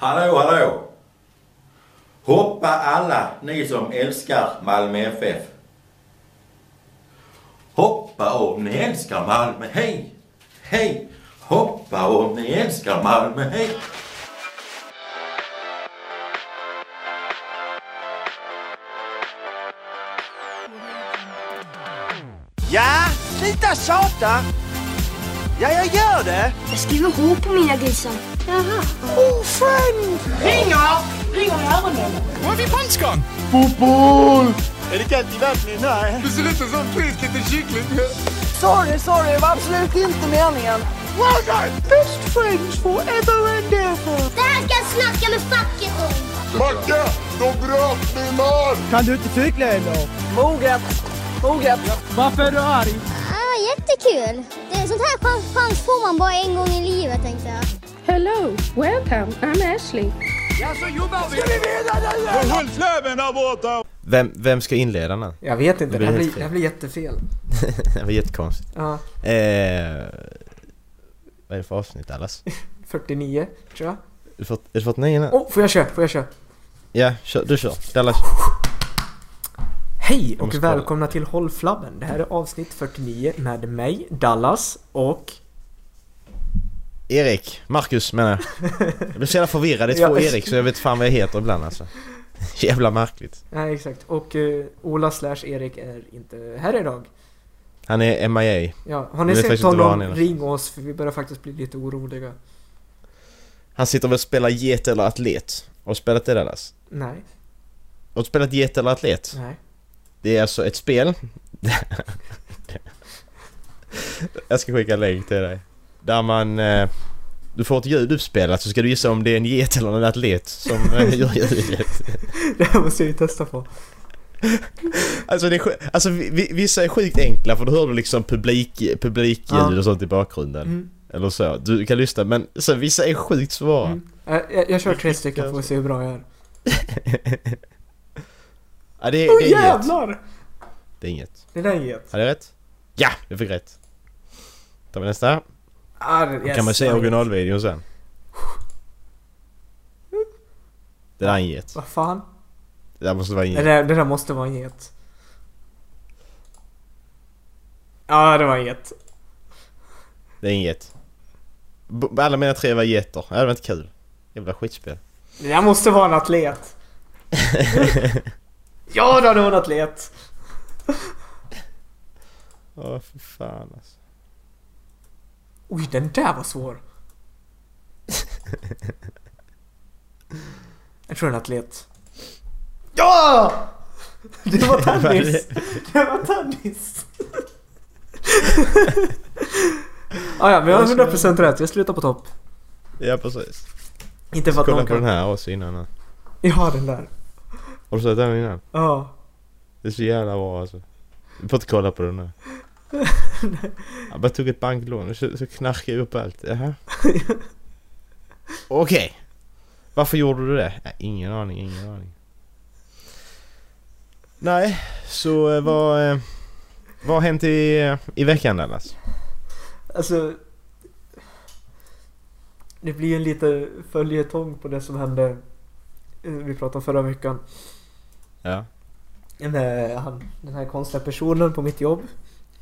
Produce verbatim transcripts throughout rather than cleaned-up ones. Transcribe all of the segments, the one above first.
Hallå, hallå! Hoppa alla ni som älskar Malmö F F. Hoppa om ni älskar Malmö, hej! Hej! Hoppa om ni älskar Malmö, hej! Ja, sluta tjata! Ja, jag gör det! Jag skriver H på mina grisar. Jaha. Oh, friend! Ringer! Ringer i öronen. Var är vi punchgång? Fotboll! Är det kallt i vattnet? Nej. Det ser ut som frisk liten kyckling. Sorry, sorry. Det var absolut inte meningen. Well done! Best friends forever and ever. Det här ska jag snacka med facket om. Macke, de bröt min arm! Kan du inte cykla eller? Moget. Moget. Varför är du arg? Ah, jättekul. Det är sånt här chans, chans får man bara en gång i livet, tänkte jag. Hello, welcome, I'm Ashley. Ja, så jobbar vi! Ska vi vinna den? Håll fläven där borta! Vem, vem ska inleda den? Jag vet inte, det, blir här, blir, helt det här blir jättefel. Det var jättekonstigt. Ja. Eh, vad är det för avsnitt, Allas? fyrtionio, tror jag. Du fått, du fått nio nu? Åh, oh, får jag köra? Får jag köra? Ja, kör, du kör. Dallas. Hej och måste välkomna till Håll Flabben. Det här är avsnitt fyrtionio med mig, Dallas och... Erik, Marcus menar jag. Jag blir så jävla förvirrad, det är två Ja. Erik så jag vet fan vad jag heter ibland alltså. Jävla märkligt. Nej, exakt. Och uh, Ola slash Erik är inte här idag. Han är M I A. Ja, har ni Jag vet sett faktiskt inte var honom? han är. Ring oss för vi börjar faktiskt bli lite oroliga. Han sitter väl och spelar get eller atlet. Har du spelat det, Dallas? Nej, Har du spelat get eller atlet? nej. Det är alltså ett spel. Jag ska skicka en länk till dig. Där man... Eh, du får ett ljud uppspelat så ska du gissa om det är en get eller en atlet som eh, gör ljudet. Det här måste jag ju testa på. Alltså, det är, sj- alltså vi- vissa är sjukt enkla för då hör du liksom publik, publikljud Ja. och sånt i bakgrunden. Mm. Eller så. Du kan lyssna, men så, vissa är sjukt svåra. Mm. Jag, jag, jag kör tre stycken för att se hur bra jag är. Ja, det, Åh det är inget. jävlar! Det är inget. Det där är inget. Hade jag rätt? Ja, jag fick rätt. Tar vi nästa. Ah, det, Då yes, kan man se jag vet. originalvideon sen. Det där är en get. Vad fan? Det där måste vara en Det get. där, det där måste vara en get. Ja, det var en get. Det är en get. B- Alla mina tre var getter. Ja, det var inte kul. Jävla skitspel. Det där måste vara en atlet. Ja, då, det var en atlet. Åh, för fan alltså. Oj, den där var svår. Jag tror en atlet. Ja! Det var tennis. Det var tennis. Ah, ja, men jag har hundra procent rätt. Jag slutar på topp. Ja, precis. Inte för att Kolla någon på den kan... här också innan. Här. Ja, den där. Har du sett den innan? Ja. Det är så jävla bra alltså. Du får inte kolla på den nu. Jag bara tog ett banklån och så, så knarkade jag upp allt. Jaha. Okej. Okay. Varför gjorde du det? Ja, ingen aning, ingen aning. Nej, så eh, vad, eh, vad har hänt i, eh, i veckan, Dallas? Alltså... Det blir en lite följetong på det som hände... eh, Vi pratade om förra veckan. Ja. Den här, han, den här konstiga personen på mitt jobb.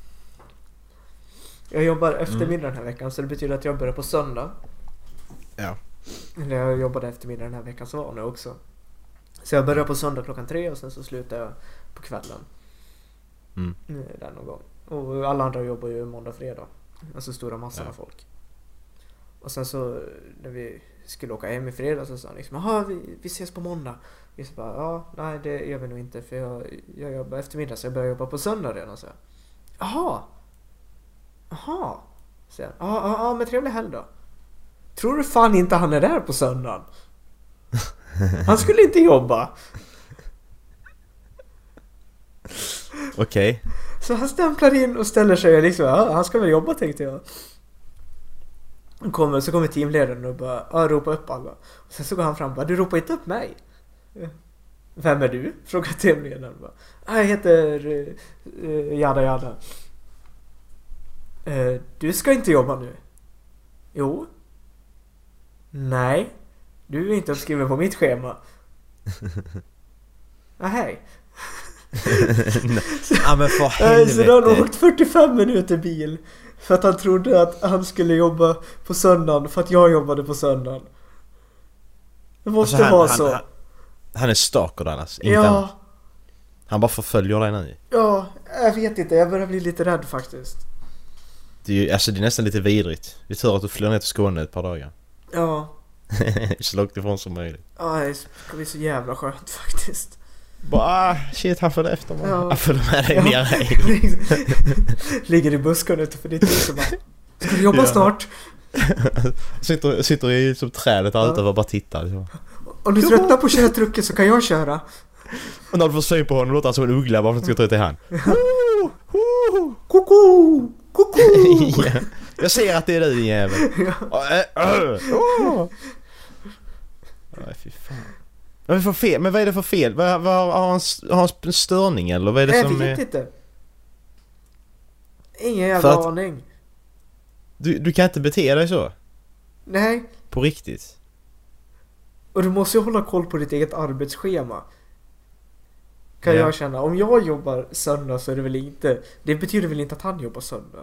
Jag jobbar eftermiddag den här veckan, så det betyder att jag börjar på söndag. Ja. Eller jag jobbade eftermiddag den här veckan så var nu också. Så jag börjar på söndag klockan tre och sen så slutar jag på kvällen. Mm. Där någon gång. Och alla andra jobbar ju måndag och fredag. Alltså stora massor Ja. av folk. Och sen så när vi skulle åka hem i fredag så sa han liksom, jaha, vi, vi ses på måndag. Vi så bara, ja, nej det gör vi nog inte för jag, jag jobbar eftermiddag så jag börjar jobba på söndag redan. Så jag, jaha, jaha. Så jag, ja, ja, ja, men trevlig helg då. Tror du fan inte han är där på söndagen? Han skulle inte jobba. Okej. Okay. Så han stämplar in och ställer sig liksom, ja, han ska väl jobba tänkte jag. Och kommer, så kommer teamledaren och bara, ja, ropa upp alla. Och sen så går han fram och bara, du ropar inte upp mig. Vem är du? Frågar teamledaren bara. Jag heter uh, Jada Jada. Uh, du ska inte jobba nu. Jo. Nej. Du är inte uppskriven på mitt schema. Ah, hej. Ja men för helvete. Så då har han åkt fyrtiofem minuter bil. För att han trodde att han skulle jobba på söndagen. För att jag jobbade på söndagen. Det måste alltså, han, vara han, så. Han, han är stalker annars. Inte Ja. han. han bara förföljer dig nu. Ja, jag vet inte. Jag börjar bli lite rädd faktiskt. Det är, ju, alltså, det är nästan lite vidrigt. Det är tur att du flyr ner till Skåne ett par dagar. Ja. Så långt ifrån som möjligt. Ja, det ska bli så jävla skönt faktiskt. Bara, ah, shit, han följer efter mig. Ja. Han följer med dig Ja. ner dig. Ligger i busken utanför ditt hus och bara, ska du jobba Ja. snart? sitter, sitter i som trädet här Ja. utanför och bara tittar. Liksom. Om du tröttnar på att köra trucken så kan jag köra. Och när du får syn på honom låter han som en uggla bara för att du ska ta ut i hand. Koko! Koko! Ja. Jag ser att det är du, din jävel. Nej, fy fan. Vad är det för fel? Men vad är det för fel? Vad, vad, har, han, har han en störning eller vad är det Jag som vet är... inte. Ingen jävla För att- aning. Du, du kan inte bete dig så. Nej. På riktigt. Och du måste ju hålla koll på ditt eget arbetsschema. Kan Ja. jag känna. Om jag jobbar söndag så är det väl inte... Det betyder väl inte att han jobbar söndag.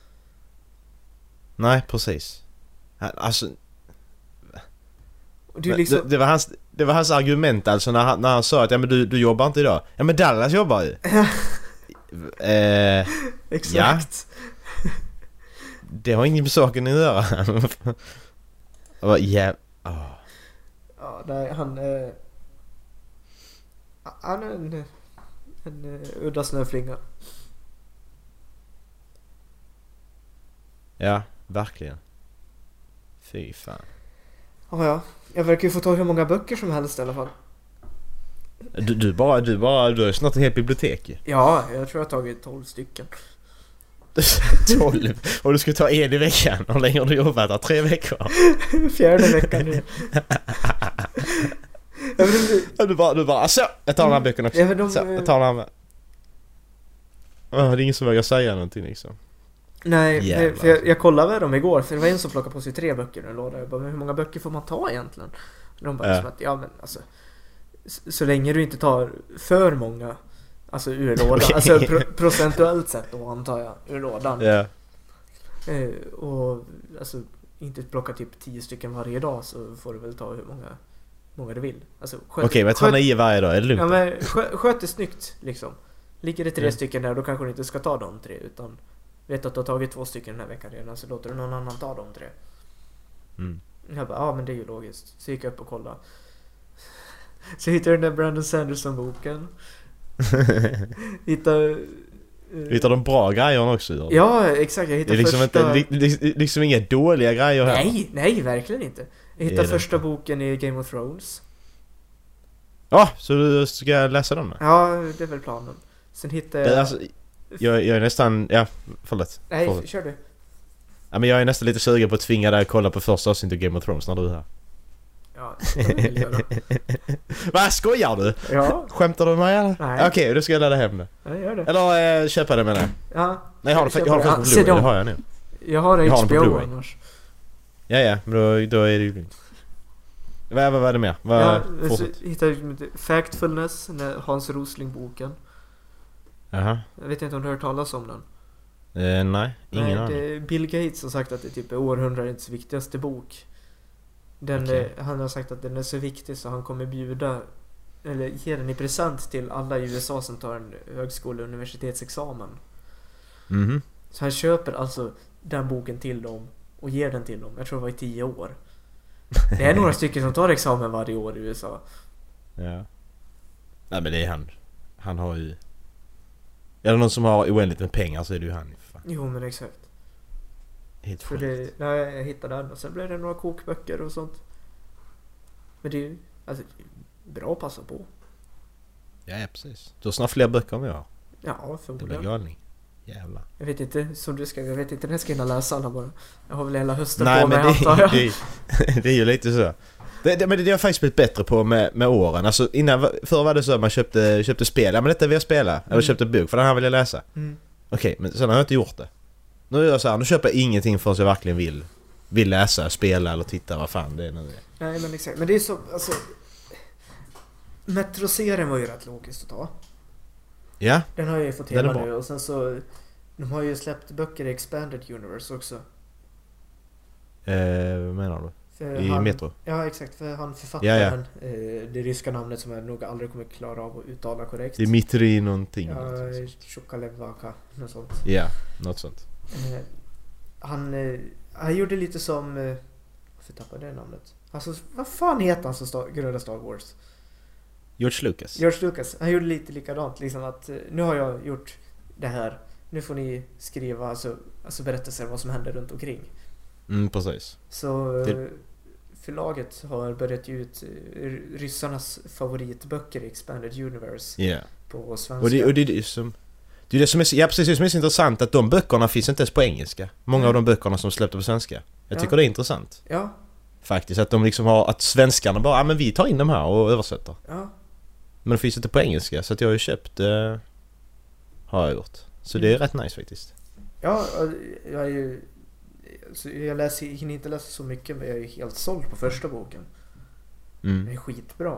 Nej, precis. Han- Alltså... Och det är Men liksom... det, det, var hans, det var hans argument alltså när han, när han sa att ja, men du, du jobbar inte idag. Ja men Dallas jobbar ju. eh, Exakt. det har inget med saken att göra. Jag bara, ja. Oh. Ja, nej, han... Eh, han är en... En uh, udda snöflinga. Ja, verkligen. Fy fan. Ja, ja. Jag verkar ju få ta hur många böcker som helst i alla fall. Du, du bara, du bara, du har ju snart ett helt bibliotek ju. Ja, jag tror jag har tagit tolv stycken. tolv. Och du ska ta en i veckan. Hur länge har du jobbat där? Tre veckor? Fjärde veckan nu. Jag vet inte, Ja, du bara, du bara, så, jag tar den här böcken också. Ja, men de- Så, jag tar den här med. Oh, det är ingen som vågar säga någonting liksom. nej, Jävlar. nej, för jag, jag kollade med dem igår. För det var en som plockade på sig tre böcker i en låda. Jag bara, men hur många böcker får man ta egentligen? Och de bara, Ja. som att, ja men alltså... Så, så länge du inte tar för många... Alltså ur lådan. Okej. Alltså pro, procentuellt sett då antar jag. Ur lådan. Ja. Eh, och alltså inte plocka typ tio stycken varje dag så får du väl ta hur många, många du vill. Alltså, sköt, Okej, men ta nio varje dag, är det lugnt? ja, men skö, sköt det snyggt liksom. Ligger det tre Mm. stycken där då kanske du inte ska ta de tre utan vet att du har tagit två stycken den här veckan redan så låter du någon annan ta de tre. Mm. Jag bara, ja men det är ju logiskt. Så gick jag upp och kollade. Så hittade jag den där Brandon Sanderson-boken. Hittade... Du hittar de bra grejerna också då? Ja, exakt. Jag Det hittade är liksom, första... inte, li, li, liksom inga dåliga grejer här. Nej, nej, verkligen inte. Jag Det hittade är det första inte. boken i Game of Thrones. Ja, så du ska läsa dem då? Ja, det är väl planen. Sen hittade jag... Det, alltså, jag, jag är nästan, ja, förlåt. nej, förlåt. kör du. Ja, men jag är nästan lite sugen på att tvinga dig att kolla på första avsnittet av Game of Thrones när du är här. Ja, det vill jag göra. Vad skojar du? Ja, Skämtar du med mig eller? Nej. Okej, då ska jag ladda hem det. jag gör det. Eller äh, köpa det med det. Ja, Nej, jag har det, jag har det Ja, faktiskt på se Blu-ray, dem. det har jag nu. jag har Jag har den H B på O Blu-ray. annars. Ja, ja, men då, då är det ju lugnt. Vad, vad var det mer? Vad, Ja, så fortsätt. hittade jag Factfulness, den där Hans Rosling-boken. Jaha. Jag vet inte om du har hört talas om den. Eh, nej, ingen Nej, aning. det är Bill Gates har sagt att det typ är århundradets viktigaste bok. Den Okej. är, han har sagt att den är så viktig så han kommer bjuda eller ge den i present till alla i U S A som tar en högskole- och universitetsexamen. Mhm. Så han köper alltså den boken till dem och ger den till dem. Jag tror det var i tio år. Det är några stycken som tar examen varje år i U S A. Ja. Nej, men det är han. Han har ju... Är det någon som har oändligt med pengar så är det ju han. Fan. Jo men exakt. Helt För sjukt. det, nej, jag hittade den och sen blev det några kokböcker och sånt. Men det är ju alltså, bra att passa på. Ja, ja, precis. Du har snart fler böcker än jag har. Ja, Det blir förmodligen. galning. Jävlar. Jag vet inte, som du ska, jag vet inte när jag ska hinna läsa alla bara. Jag har väl hela hösten Nej, på mig men det, antar jag. det, det, det är ju lite så. Det, det, men det har jag faktiskt blivit bättre på med, med åren. Alltså innan, förr var det så att man köpte, köpte spel. Ja, men detta vill jag spela. Mm. Eller köpte bok, för den här vill jag läsa. Mm. Okej, men sen har jag inte gjort det. Nu är jag så här, nu köper jag ingenting förrän jag verkligen vill. Vill läsa, spela eller titta, vad fan det är nu. Nej, men exakt. Men det är så, alltså... Metro-serien var ju rätt logiskt att ta. Ja. Den har jag ju fått Den är hela bra. nu. Och sen så... De har ju släppt böcker i Expanded Universe också. Eh, vad menar du? För I han, Metro? Ja, exakt. För han författaren, Ja, ja. Eh, det ryska namnet som jag nog aldrig kommer klara av att uttala korrekt. Dimitri någonting. Ja, någonting. Chokalevaka, något sånt. Ja, något sånt. Eh, han, eh, han gjorde lite som... Eh, varför tappade jag det namnet? Alltså, vad fan heter han som sta- grundade Star Wars? George Lucas. George Lucas. Han gjorde lite likadant. Liksom att eh, nu har jag gjort det här. Nu får ni skriva alltså, alltså berättelser om vad som händer runt omkring. Mm, precis. Så eh, Det- förlaget har börjat ge ut eh, ryssarnas favoritböcker i Expanded Universe Ja. på svenska. Och det, och det är det som... Det är det som är, så- ja, precis, det som är så intressant att de böckerna finns inte ens på engelska. Många Mm. av de böckerna som släppte på svenska. Jag Ja. tycker det är intressant. Ja, Faktiskt, att de liksom har... Att svenskarna bara, ja men vi tar in de här och översätter. ja. Men det finns inte på engelska, så att jag har ju köpt... Eh, har jag gjort. Så det är rätt nice faktiskt. Ja, och jag är ju... Så jag läser, hinner inte läsa så mycket, men jag är ju helt såld på första boken. Mm. Det är skitbra.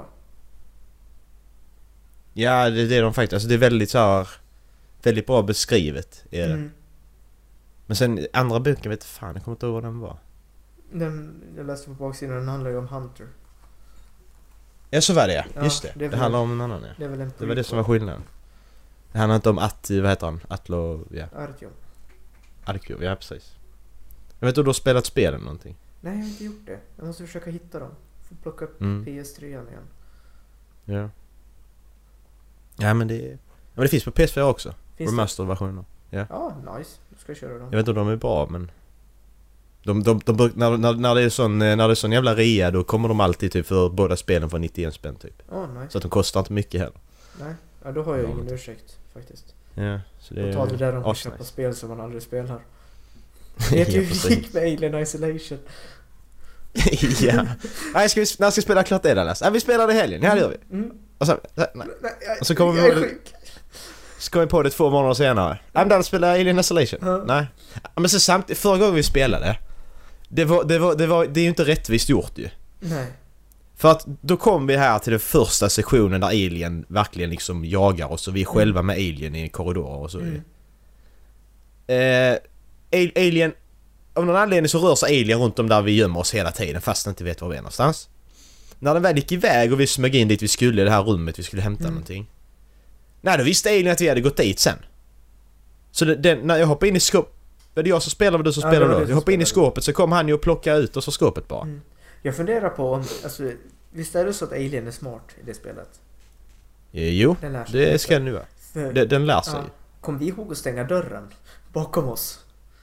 Ja, det, det är de faktiskt. Alltså det är väldigt så här... Väldigt bra beskrivet är det. Mm. Men sen andra boken vet fan, jag kommer inte ihåg vad den var. Den, jag läste på baksidan, den handlar ju om Hunter. Ja, så var det ja. Ja, Just det. det Det, är väl- handlar om en annan ja. Det är väl en Det var det som var skillnaden. Det handlar inte om att, vad heter han? Atlo, ja. Artyom. Arkov, ja precis. Jag vet inte om du har spelat spel eller någonting. Nej, jag har inte gjort det. Jag måste försöka hitta dem. Få plocka upp Mm. P S tre igen. Ja. Ja men det... Ja, men det finns på P S fyra också. Finns Remastered-versioner. det? Ja, nice. Då ska jag köra dem. Jag vet inte om de är bra men... De, de, de, de, när, när, när, det är sån, när det är sån jävla rea då kommer de alltid typ för båda spelen för nittioen spänn typ. Ja, nice. Så att de kostar inte mycket heller. Nej, ja, då har jag Ja, ingen men- ursäkt faktiskt. Ja, så det Då är... tar vi där de får asnice. köpa spel som man aldrig spelar. Det heter ju Ja, precis. gick med Alien Isolation. Ja. Nej, ska vi, när ska vi spela klart det Dallas? Nej, vi spelar det i helgen. Ja, det gör vi. Mm. Och sen, nej. Nej, jag, Och så kommer jag är vi- sjuk. Så kom vi på det två månader senare. Nej, men Dallas spelar Alien Isolation. Ja. Nej. Ja, men så samtidigt, förra gången vi spelade, det var, det var, det var, det är ju inte rättvist gjort ju. Nej. För att då kom vi här till den första sektionen där Alien verkligen liksom jagar oss och vi är själva med Alien i korridorer och så. Mm. Eh, A- Alien, av någon anledning så rör sig Alien runt om där vi gömmer oss hela tiden fast inte vet var vi är någonstans. När den väl gick iväg och vi smög in dit vi skulle i det här rummet vi skulle hämta Mm. någonting. Nej, då visste Alien att vi hade gått dit sen. Så det, den, när jag hoppade in i skåpet, var det jag som spelade och du som Ja, spelade det var då? du Jag som hoppade in i spelade. skåpet så kom han ju och plockade ut oss ur skåpet bara. Mm. Jag funderar på om, alltså, visst är det så att Alien är smart i det spelet? Eh, Jo, Den lär sig det lite. ska den ju vara. För, Den, den lär sig. ja, kom vi ihåg att stänga dörren bakom oss?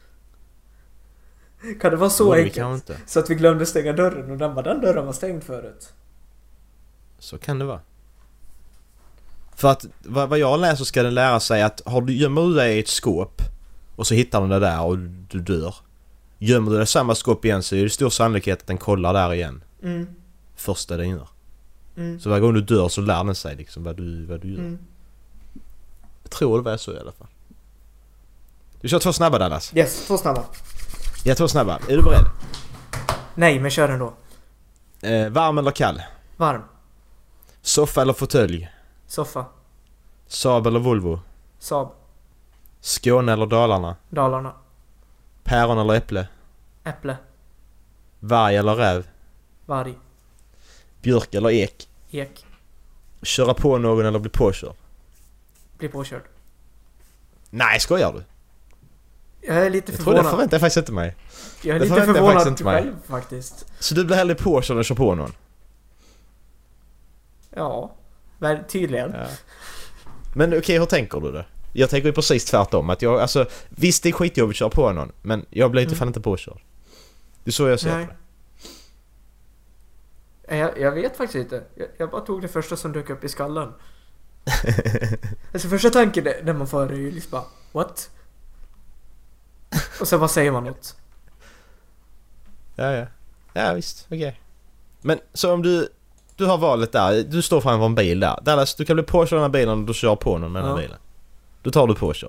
Kan det vara så Borde vi enkelt? kanske inte. Så att vi glömde stänga dörren och den, bara, den dörren var stängd förut. Så kan det vara. För att vad, vad jag läser ska den lära sig att har du, gömmer du dig i ett skåp och så hittar den det där och du dör. Gömmer du dig i samma skåp igen så är det stor sannolikhet att den kollar där igen. Mm. Första den gör. Mm. Så varje gång du dör så lär den sig liksom vad du, vad du gör. Mm. Jag tror det var så i alla fall. Du kör två snabba Dallas. Yes, två snabba. Jag två snabba. Är du beredd? Nej, men kör ändå. Eh, varm eller kall? Varm. Soffa eller fåtölj? Soffa. Saab eller Volvo? Saab. Skåne eller Dalarna? Dalarna. Päron eller äpple? Äpple. Varg eller räv? Varg. Björk eller ek? Ek. Köra på någon eller bli påkörd? Blir påkörd. Nej, skojar du? Jag är lite Jag tror det förvånad. förväntar jag faktiskt inte mig. Jag är det lite förväntar jag förvånad faktiskt inte mig. själv faktiskt. Så du blir hellre påkörd än kör på någon? Ja, men tydligen. Ja. Men okej, hur tänker du då? Jag tänker ju precis tvärtom. Att jag, alltså, visst det är skitjobbigt att köra på någon, men jag blir inte Mm. fan inte påkörd. Det är så jag ser Nej. på det. Jag, jag vet faktiskt inte. Jag, jag bara tog det första som dök upp i skallen. Alltså första tanken är- när man får det är ju liksom bara, what? Och sen bara säger man något. Ja, ja. Ja, visst. Okej. Men så om du... Du har valet där. Du står framför en bil där. Dallas, du kan bli påkörd av den här bilen och du kör på någon med den här Ja. bilen. Då tar du påkörd.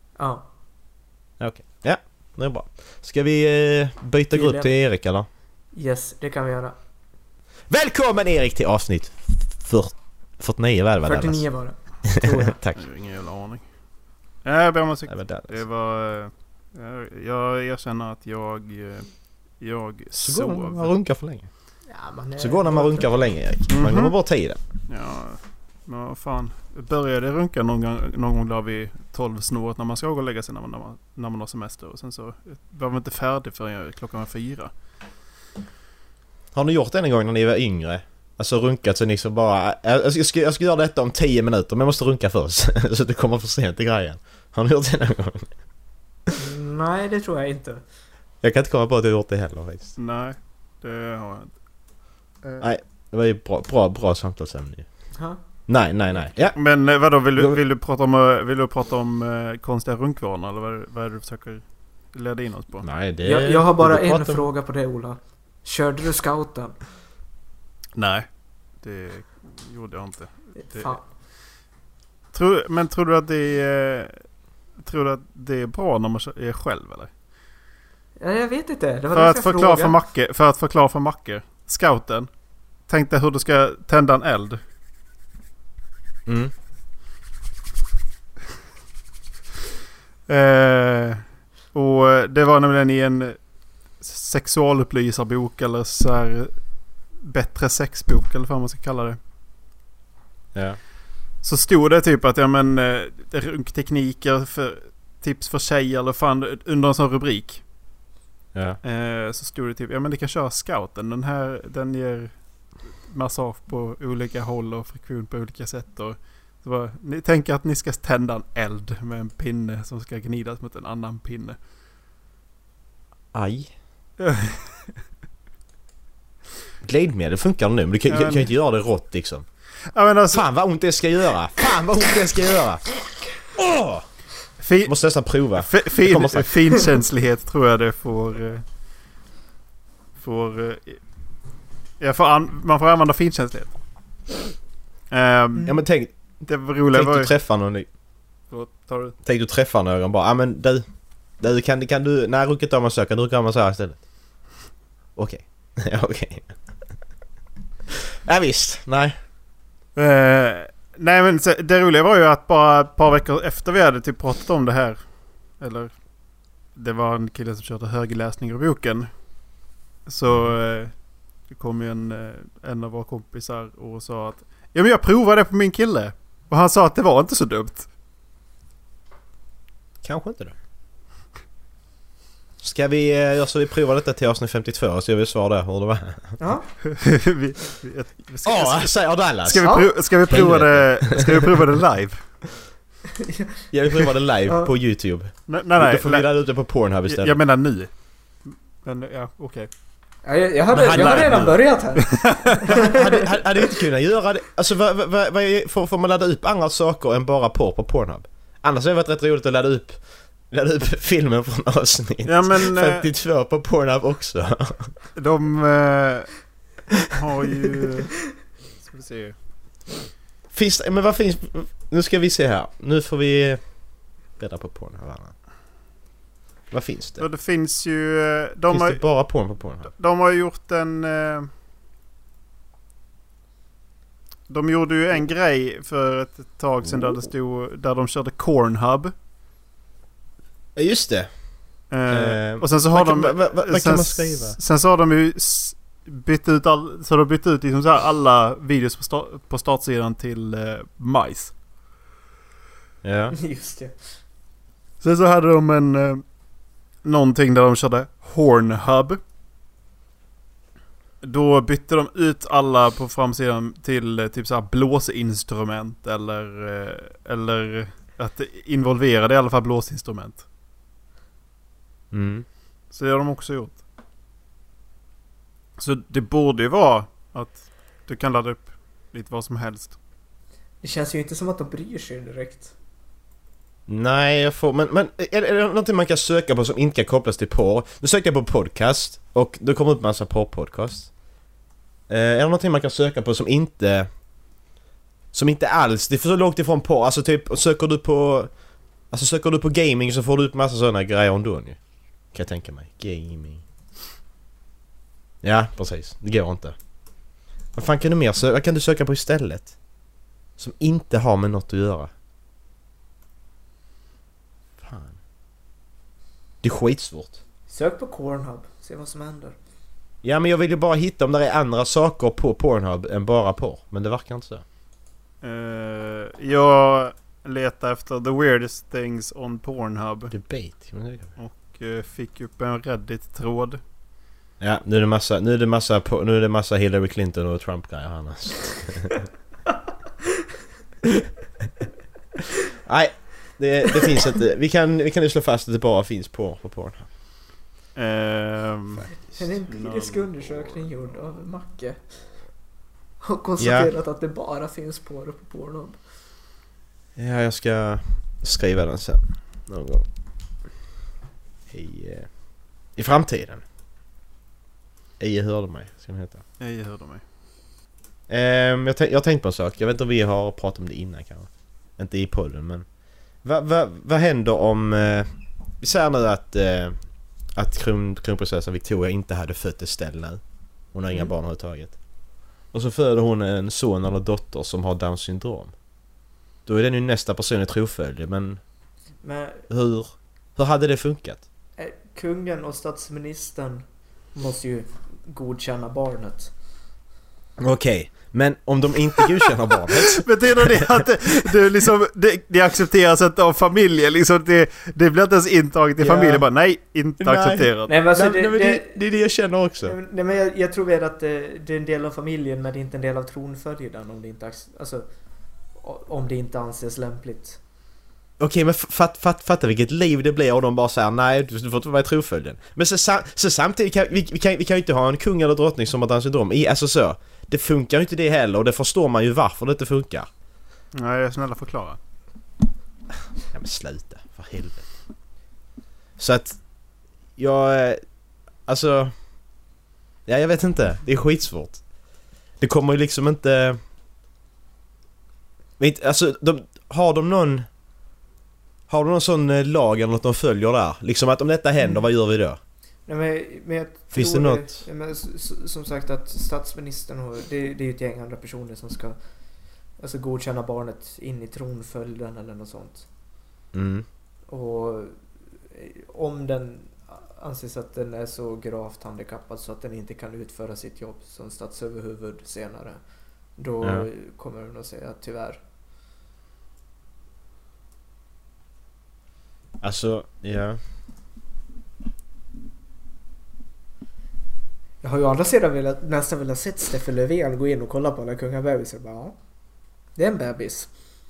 Ja. Okej. Ja, det är bra. Ska vi eh, byta Tydligen. grupp till Erik eller? Yes, det kan vi göra. Välkommen Erik till avsnitt fyrt- fyrtionio var det, fyrtionio var det. Tror jag. Tack. Jag har ingen jävla aning. Nej, jag ber om ursäkt. Det var Dallas. Det var... Jag, jag erkänner att jag... Jag Så går det när man sov. runkar för länge. Ja, man är... Så går det när man runkar för länge, Erik. Man Mhm. glömmer bort tiden. Ja, men vad fan. Började runka någon gång, någon gång där vid tolv snåret när man ska gå och lägga sig när man, när man, när man har semester. Och sen så var man inte färdig förrän klockan var fyra. Har ni gjort det en gång när ni var yngre? Alltså runkat så ni så bara... Jag ska, jag ska, jag ska göra detta om tio minuter, men jag måste runka först. Så det kommer för sent i grejen. Har ni gjort det någon gång? Nej, det tror jag inte. Jag kan inte komma på att jag har gjort det heller faktiskt. Nej, det har jag inte. Eh, Nej, det var ju bra, bra, bra samtalsämne ju. Ha? Nej, nej, nej. Ja. Men eh, vadå, vill du, vill du prata om, eh, vill du prata om eh, konstiga runkvanor? Eller vad, är- vad är det du försöker leda in oss på? Nej, det... Jag, jag har bara du en pratar om- fråga på det, Ola. Körde du scouten? Nej, det gjorde jag inte. Det- Fan. Tror, men tror du att det är, tror du att det är bra när man är själv eller? Ja, jag vet inte. Det var För därför att, jag förklara för frågade. Macke, för att förklara för Macke. Scouten. Tänk dig hur du ska tända en eld. Mm. Eh, och det var nämligen i en sexualupplysarbok eller så här bättre sexbok eller vad man ska kalla det. Ja. Så stod det typ att ja men eh, runktekniker för tips för tjejer eller fan under en sån rubrik. Ja. Eh, så stod det typ ja men det kan köra scouten. Den här den ger massage på olika håll och friktion på olika sätt och så var, ni tänker att ni ska tända en eld med en pinne som ska gnidas mot en annan pinne. Aj. Glidmedel funkar nu, men du kan, Ja, kan, men- kan inte göra det rått liksom. Ja men alltså Fan vad ont det ska göra! Fan vad ont det ska göra! Åh! fi, Måste nästan prova. fi, Det fin, kommer strax. finkänslighet tror jag det får eh, får eh, ja, får an, man får använda finkänslighet. Um, Ja men tänk, det var roliga tänk var du ju... träffa någon ny. Förlåt, tar du? Tänk du träffar någon bara, ja ah, men du, du kan, kan du, när runket av man söker, du kan man säga istället. Okej. Ja okej. Ja visst, nej. Eh, nej men så, det roliga var ju att bara ett par veckor efter vi hade typ pratat om det här. Eller det var en kille som körde högläsning i boken. Så eh, det kom ju en, eh, en av våra kompisar och sa att ja men jag provade det på min kille. Och han sa att det var inte så dumt. Kanske inte då. Ska vi göra så vi provar detta till avsnitt femtiotvå så jag vill svara där hur det var. Ja. vi, vi, ska, Ja, säger Dallas. ska, vi Ja. prov, ska vi prova det ska vi prova det live? Jag vill prova det live Ja. på YouTube. Nej nej. Då får vi nej ladda ut det på Pornhub istället. jag menar nu. Men ja, okej. Ja, jag, jag, hade, Men han jag har lär- redan börjat här. hade, hade, hade vi inte kunnat göra det? Alltså vad, vad, vad, vad är- får, får man ladda upp andra saker än bara porr på Pornhub? Annars har det varit rätt roligt att ladda upp ladda upp filmen från avsnitt Ja men eh, femtiotvå på Pornhub också. de eh, har ju... Ska vi se. Finns det, men vad finns... Nu ska vi se här. Nu får vi bädda på Pornhub. Vad finns det? Ja, det finns ju... eh, De finns har, det bara porn på Pornhub? de har gjort en... eh, De gjorde ju en grej för ett tag sedan där det stod... Där de körde Cornhub. Ja, just det. Eh, Eh, och sen så har vad kan- de... vad- vad- vad kan sen, man skriva? Sen så har de ju s- bytt ut all, så de har bytt ut liksom så här alla videos på, sta, på startsidan till eh, majs. Ja. Just det. Sen så hade de en... Eh, någonting där de körde Hornhub. Då bytte de ut alla på framsidan till eh, typ så här blåsinstrument eller eh, eller att involvera det i alla fall blåsinstrument. Mm. Så det har de också gjort. Så det borde ju vara att du kan ladda upp lite vad som helst. Det känns ju inte som att de bryr sig direkt. Nej, jag får... Men, men är, är det någonting man kan söka på som inte kan kopplas till porr? Nu sökte jag på podcast och det kommer upp en massa porrpodcast. Eh, är det någonting man kan söka på som inte... Som inte alls... Det är för så långt ifrån porr. Alltså typ, söker du på... Alltså söker du på gaming så får du upp massa sådana grejer om då nu. Kan jag tänka mig. Gaming. Ja, precis. Det går inte. Vad fan kan du mer söka? Vad kan du söka på istället? Som inte har med något att göra. Fan. Det är skitsvårt. Sök på Pornhub. Se vad som händer. Ja, men jag vill ju bara hitta om det är andra saker på Pornhub än bara porr. Men det verkar inte så. Uh, jag letar efter the weirdest things on Pornhub. Debate. Och uh, fick upp en Reddit-tråd. Ja, nu är det massa, nu är det massa, nu är det massa Hillary Clinton och Trump-grejer här annars. Nej, det, det finns inte. Vi kan, vi kan ju slå fast att det bara finns på, på Pornhub. Um, en empirisk no. undersökning gjord av Macke har konstaterat ja. att det bara finns porr på Pornhub. Ja, jag ska skriva den sen någon gång i, i framtiden. Eje hörde mig, ska den heta. Eje hörde mig. Um, jag, jag har tänkt på en sak. Jag vet inte om vi har pratat om det innan kanske. Inte i podden, men vad va, va händer om uh, vi säger nu att uh, att kron, kronprinsessan Victoria inte hade fött Estelle. Hon har inga mm. barn överhuvudtaget. Och så föder hon en son eller dotter som har Downs syndrom. Då är den ju nästa person i troföljd, men, men hur hur hade det funkat? Kungen och statsministern måste ju godkänna barnet. Okej, okay. Men om de inte godkänner barnet... Betyder det att det, det, liksom, det, det accepteras inte av familjen? Liksom det, det blir inte ens intaget i ja. familjen. Bara, nej, inte nej. accepterat. Nej, men alltså, nej, det, nej, det, det, det är det jag känner också. Nej, men jag, jag tror väl att det, det är en del av familjen, men det är inte en del av tronföljden om det inte, alltså, om det inte anses lämpligt. Okej, okay, men fatt, fatt, fatta vilket liv det blir och de bara säger nej, du får inte vara i troföljden. Men så, så samtidigt kan vi, vi, kan, vi kan ju inte ha en kung eller drottning som har Downs syndrom. I, alltså så, det funkar ju inte det heller och det förstår man ju varför det inte funkar. Nej, jag är snälla förklara. Ja, men sluta, för helvete. Så att, jag, alltså, ja, jag vet inte, det är skitsvårt. Det kommer ju liksom inte, vet, alltså, de, har de någon... Har du någon sån lag eller något de följer där? Liksom att om detta händer, mm. vad gör vi då? Nej, men, men jag Finns det något? Det, men, som sagt att statsministern och det, det är ju ett gäng andra personer som ska alltså godkänna barnet in i tronföljden eller något sånt. Mm. Och om den anses att den är så gravt handikappad så att den inte kan utföra sitt jobb som statsöverhuvud senare, då ja. kommer den att säga tyvärr. Alltså, ja. Jag har ju andra sidan velat, nästan velat sett Stefan Löfven gå in och kolla på alla kungabebisar. Bara, ja, det är en bebis.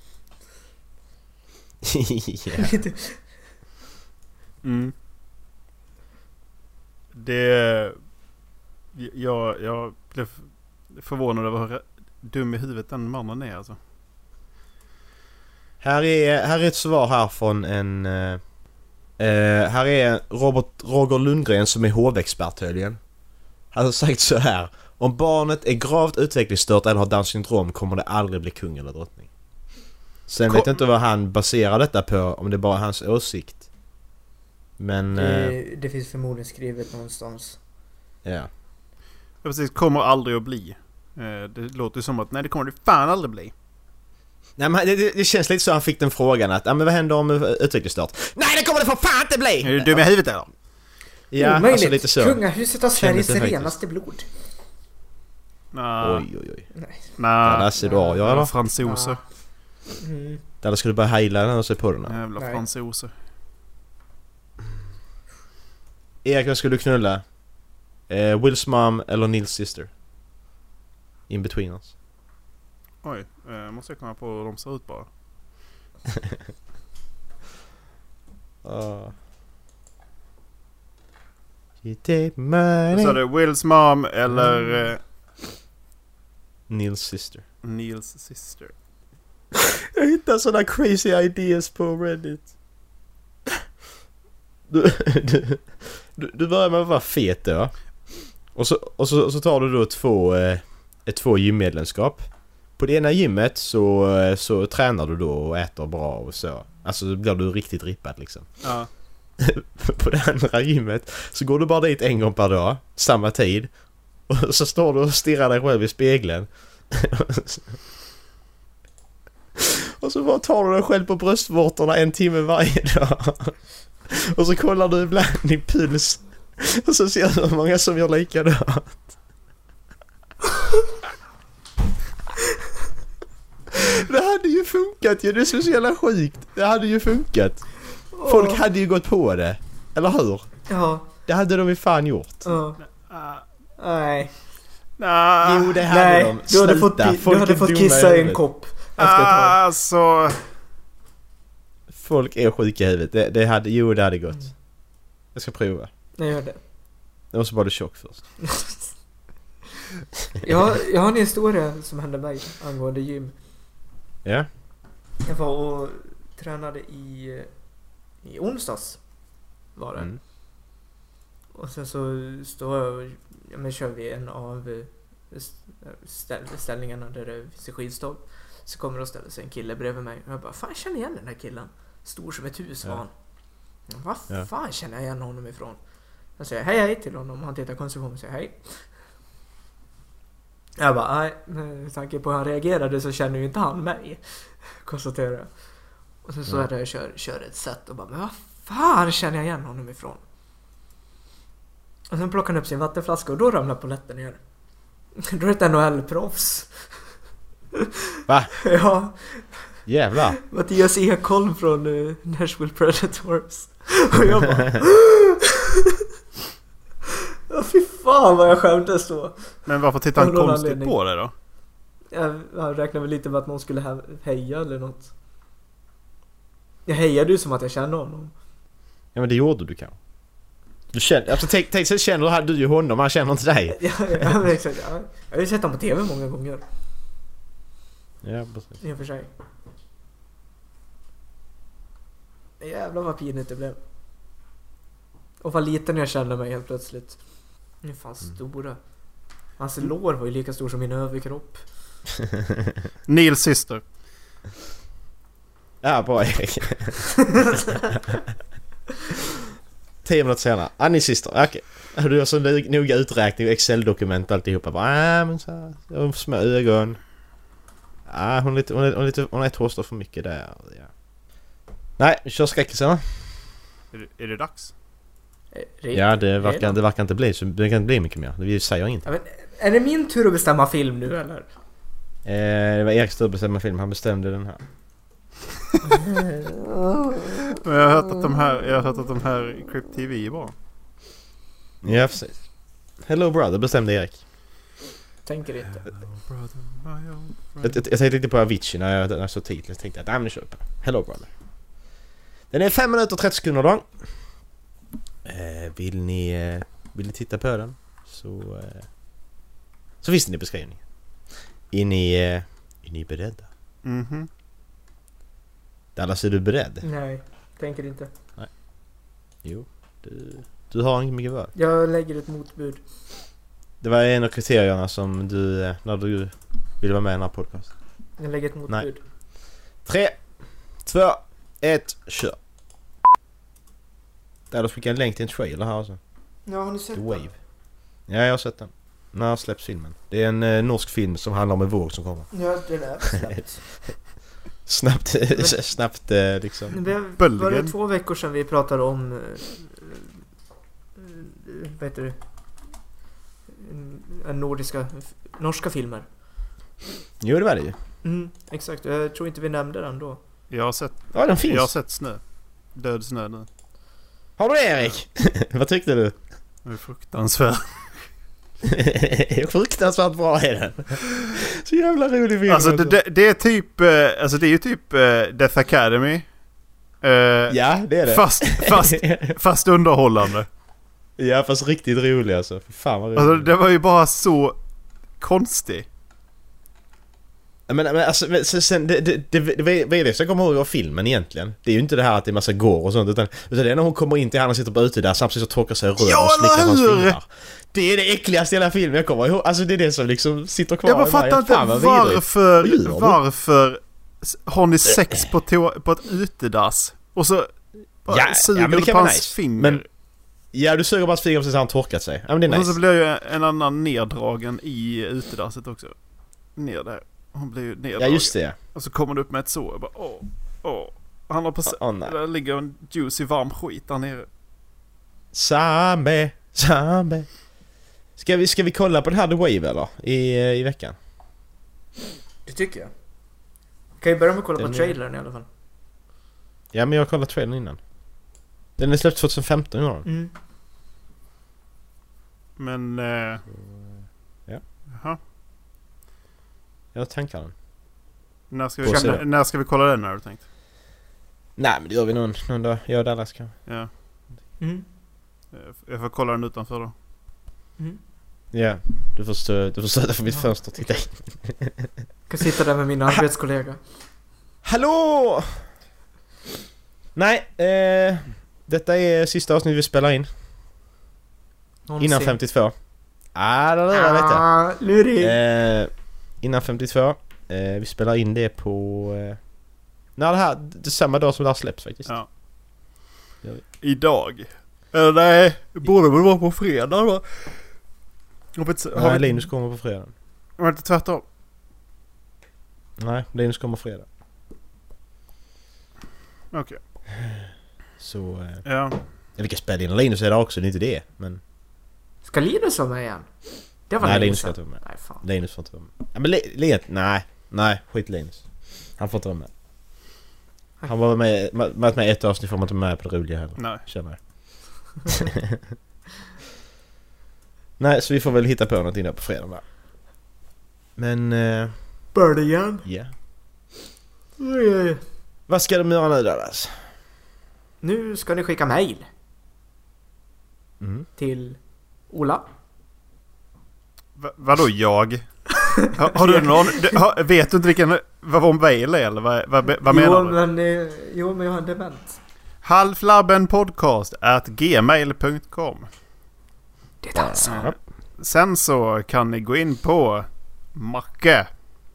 mm. Det... Jag, jag blev förvånad över hur dum i huvudet den mannen är, alltså. Här är, här är ett svar här från en... Uh, uh, här är Robert, Roger Lundgren som är hovexpert tydligen. Han har sagt så här: om barnet är gravt utvecklingsstört eller har Downs syndrom kommer det aldrig bli kung eller drottning. Sen Kom. vet jag inte vad han baserar detta på, om det är bara hans åsikt. Men... Det, uh, det finns förmodligen skrivet någonstans. Ja. Yeah. Precis, kommer aldrig att bli. Uh, det låter som att nej, det kommer det fan aldrig bli. Nej, men det, det känns lite så han fick den frågan att ja, men vad händer om utvecklingsstart? Nej, det kommer det för fan inte bli! Är du dum i huvudet eller? Ja, omöjligt. Alltså lite så. Kungahuset har Sveriges renaste blod. Nah. Oj, oj, oj. Nej. Nah. Ja, där ser du av, ja, eller? Fransoser. Mm. Där skulle du börja heila den och se på den. Jävla Nej. fransoser. Erik, vad skulle du knulla? Eh, Wills mom eller Nils sister? In between us. Oj, eh, måste jag komma på hur de ser ut bara. uh. You take my... Så är det Wills mom eller... Mm. Eh, Nils sister. Nils sister. Jag hittar sådana crazy ideas på Reddit. Du, du, du, du börjar med att vara fet då. Och så, och så, och så tar du då två, eh, ett två gymmedlemskap. På det ena gymmet så, så tränar du då och äter bra och så. Alltså då blir du riktigt rippad liksom. Ja. På det andra gymmet så går du bara dit en gång per dag, samma tid. Och så står du och stirrar dig själv i spegeln. Och så bara tar du dig själv på bröstvårtorna en timme varje dag. Och så kollar du ibland din puls. Och så ser du hur många som gör likadant. Det hade ju funkat ju, det är så jävla sjukt. Det hade ju funkat. Folk oh. hade ju gått på det. Eller hur? Ja. Det hade de ju fan gjort. Ja. Uh, nej. Nah. Jo, det hade nej. de. Du hade fått, du hade fått kissa i en kopp. Alltså... Folk är sjuka i huvudet. Det, det hade, jo, det hade gått. Mm. Jag ska prova. Jag gör det. Jag måste bara bli tjock först. jag, jag har en historia som hände mig angående gym. Ja. Yeah. Jag var och tränade i, i onsdags. Var det. Mm. Och sen så står jag och ja, men kör vi en av ställ, ställningarna där det finns en skivstång. Så kommer det och ställer sig en kille bredvid mig. Och jag bara, fan jag känner igen den här killen. Stor som ett hus var han. Ja. Vad ja. fan känner jag igen honom ifrån? Jag säger hej hej till honom. Han tittar konstigt på mig och säger hej. Jag bara, nej, med tanke på hur han reagerade så känner ju inte han mig. Konstaterar jag. Och sen så är det jag kör, kör ett set och bara, men vad fan känner jag igen honom ifrån? Och sen plockar han upp sin vattenflaska och då ramlar polletten ner. Då är det ett N H L-proffs. Va? Ja. Jävlar. Mattias Ekholm från uh, Nashville Predators. Och jag bara... Ja, fy fan vad jag skämdes då. Men varför tittar han konstigt anledning. på det då? Jag, jag räknar väl lite med att någon skulle heja eller något. Jag hejade ju som att jag kände honom. Ja, men det gjorde du kanske. Du känner, alltså tänk, tänk så känner du ju honom, han känner inte dig. Ja, ja, men exakt. Ja. Jag har ju sett honom på tv många gånger. Ja, precis. I och för sig. Jävlar vad pinigt det blev. Och vad liten jag kände mig helt plötsligt. Nu är fan stora. Hans lår var ju lika stor som min överkropp. Nils syster. Ja, bra Erik. Tio minuter senare. Ah, ni syster. Okej. Okay. Du har så noga uträkning och Excel-dokument och alltihopa. Bara, ah, men så här. Hon har små ögon. Ah, hon är lite, hon är, hon är lite, hon är ett hårstrå för mycket där. Ja. Nej, vi kör skräckisarna. Är det, är det dags? Ja, det verkar, det verkar inte bli så det kan inte bli mycket mer. Vi säger inte. Ja, men är det min tur att bestämma film nu eller? Eh, det var Eriks tur att bestämma film. Han bestämde den här. Men jag har hört att de här jag har hört att de här Crypt T V är bra. Ja, precis. Hello Brother bestämde Erik. Tänker inte. Brother, jag, jag, jag tänkte lite på Avicii när jag, när jag såg titeln. Jag tänkte att nej, nu kör på. Hello Brother. Den är fem minuter och trettio sekunder lång. Eh, vill ni eh, vill ni titta på den så eh, så finns den i beskrivningen. Är ni eh, är ni beredda? Mhm. Dallas, är du beredd? Nej, tänker inte. Nej. Jo, du du har inte mycket val. Jag lägger ett motbud. Det var en av kriterierna som du eh, när du ville vara med i den här podcasten. Jag lägger ett motbud. Nej. Tre, två, ett, kör. Där har du skickat en länk till en trailer här alltså. Ja, har ni sett The Wave. Ja, jag har sett den. När släpps filmen? Det är en eh, norsk film som handlar om en våg som kommer. Ja, det är snabbt. snabbt, Men, snabbt eh, liksom. Det var det två veckor sedan vi pratade om äh, vad heter det? En nordiska, norska filmer. Jo, det var det ju. Mm, exakt, jag tror inte vi nämnde den då. Jag har sett, ja, den finns. Jag har sett snö. Död snö nu. Har du Erik? Vad tyckte du? Det är fruktansvärt. Fruktansvärt bra är den. Så jävla rolig film. Alltså det, det, det är typ alltså det är ju typ uh, Death Academy. Uh, ja, det är det. Fast, fast, fast underhållande. Ja, fast riktigt rolig alltså. Fy fan vad roligt. Alltså det var ju bara så konstigt. Men, men alltså men, sen, det, det, det, det, vad är det som kommer ihåg av filmen egentligen? Det är ju inte det här att det är massa går och sånt utan, utan det är när hon kommer in till han och sitter på ute där samtidigt så torkar sig röv ja, och slickar hans fingrar. Det är det äckligaste i hela filmen jag kommer ihåg. Alltså det är det som liksom sitter kvar. Jag bara fattar inte varför varför har ni sex på, to- på ett utedass och så ja, suger ja, du på hans nice. finger. Men, Ja, du suger bara fingrar precis så han torkat sig. Ja, men det är Och nice. så blir ju en annan neddragen i utedasset också. Ner där. Hon blir ju neddragen. Ja, just det. Och så kommer du upp med ett sår och bara åh, åh. Han har på Åh, nej. där ligger en juicy varm skit där nere. Sambe, sambe. Ska vi, ska vi kolla på det här The Wave eller? I, i veckan? Det tycker jag. Kan ju börja med att kolla Den på är- trailern i alla fall. Ja, men jag har kollat trailern innan. Den är släppt tjugohundrafemton i år. Mm. Men... Eh, Ja. Jaha. Jag tankar den. När ska, Får vi, se när, då. när ska vi kolla den, har du tänkt? Nej, men det gör vi någon, någon dag. Jag och Dallas kan. Ja. Mm. Jag får kolla den utanför då. Mm. Ja, du får stå, du får stöta för mitt fönster och titta in. Kan sitta där med min arbetskollega. Hallå! Nej, eh, detta är sista avsnitt vi spelar in. Någonsin. Innan femtiotvå. Ah, det lurar lite. Ah, lurig. Eh, innan femtiotvå. Eh, vi spelar in det på... Eh, när det här... Det är samma dag som det här släpps faktiskt. Ja. Gör Idag. Eller nej, det borde väl vara på fredag då. Har vi inte, har Nej, vi, Linus kommer på fredag. har vi inte tvärtom? Nej, Linus kommer fredag. Okej. Så... Eh, Ja. vi kan spela in Linus idag också, det är inte det. Men... Ska Linus vara med igen? Det var Nej, länge Linus ska sedan. inte vara med. Nej, fan. Linus får inte vara med. Ja, men Linus... Nej. Nej, skit Linus. Han får inte vara med. Han var med, med, med, med ett avsnitt får man inte med på det roliga heller. Nej. Känner jag. Nej, så vi får väl hitta på någonting där på fredag va? Men... Eh, Början. ja. Yeah. Vad ska de göra nu Dallas? Nu ska ni skicka mejl Mm. till Ola. Va, vadå jag? har, har du någon... Du, har, vet du inte vilken... Vad var mail är eller vad, vad, vad menar jo, du? men, eh, jo, men jag har en dement. halflabbenpodcast at gmail punkt com. Det är alltså. Eh, Sen så kan ni gå in på Macke.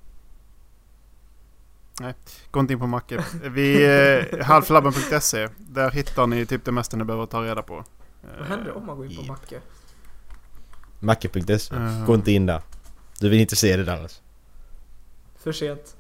Nej, gå inte in på Macke. Vi eh, halflabben punkt se. Där hittar ni typ det mesta ni behöver ta reda på. Vad händer om man går in på Ja. Macke? Macke punkt se. Uh. Gå inte in där. Du vill inte se det Dallas. För sent.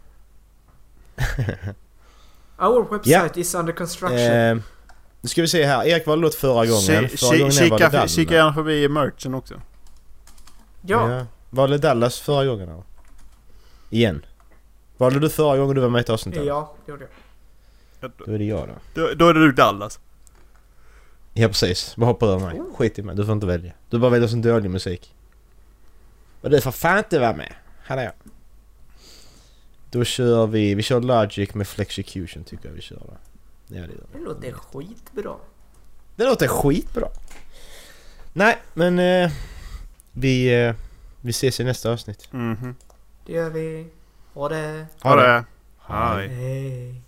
Our website is under construction. Eh, nu ska vi se här. Erik valde låt förra gången. Ki- Förra gången ki- jag valde kika, Dallas. kika gärna förbi merchen också. ja. Ja. Valde Dallas förra gången eller? Igen. Valde du förra gången du var med i ett avsnitt? eller? Ja, det gjorde jag. Då är det jag då. Då, då är det du Dallas. Ja precis, bara hoppa över mig. Skit i mig, du får inte välja. Du bara väljer sån dålig musik. Och du får fan inte vara med. Här är jag. Då kör vi, vi kör Logic med Flexecution tycker jag vi kör då. Ja, det gör vi. Det låter skitbra. Det låter skitbra. Nej, men eh, vi, eh, vi ses i nästa avsnitt. Mhm. Det gör vi. Ha det. Ha det. Hej. Hej. Hej.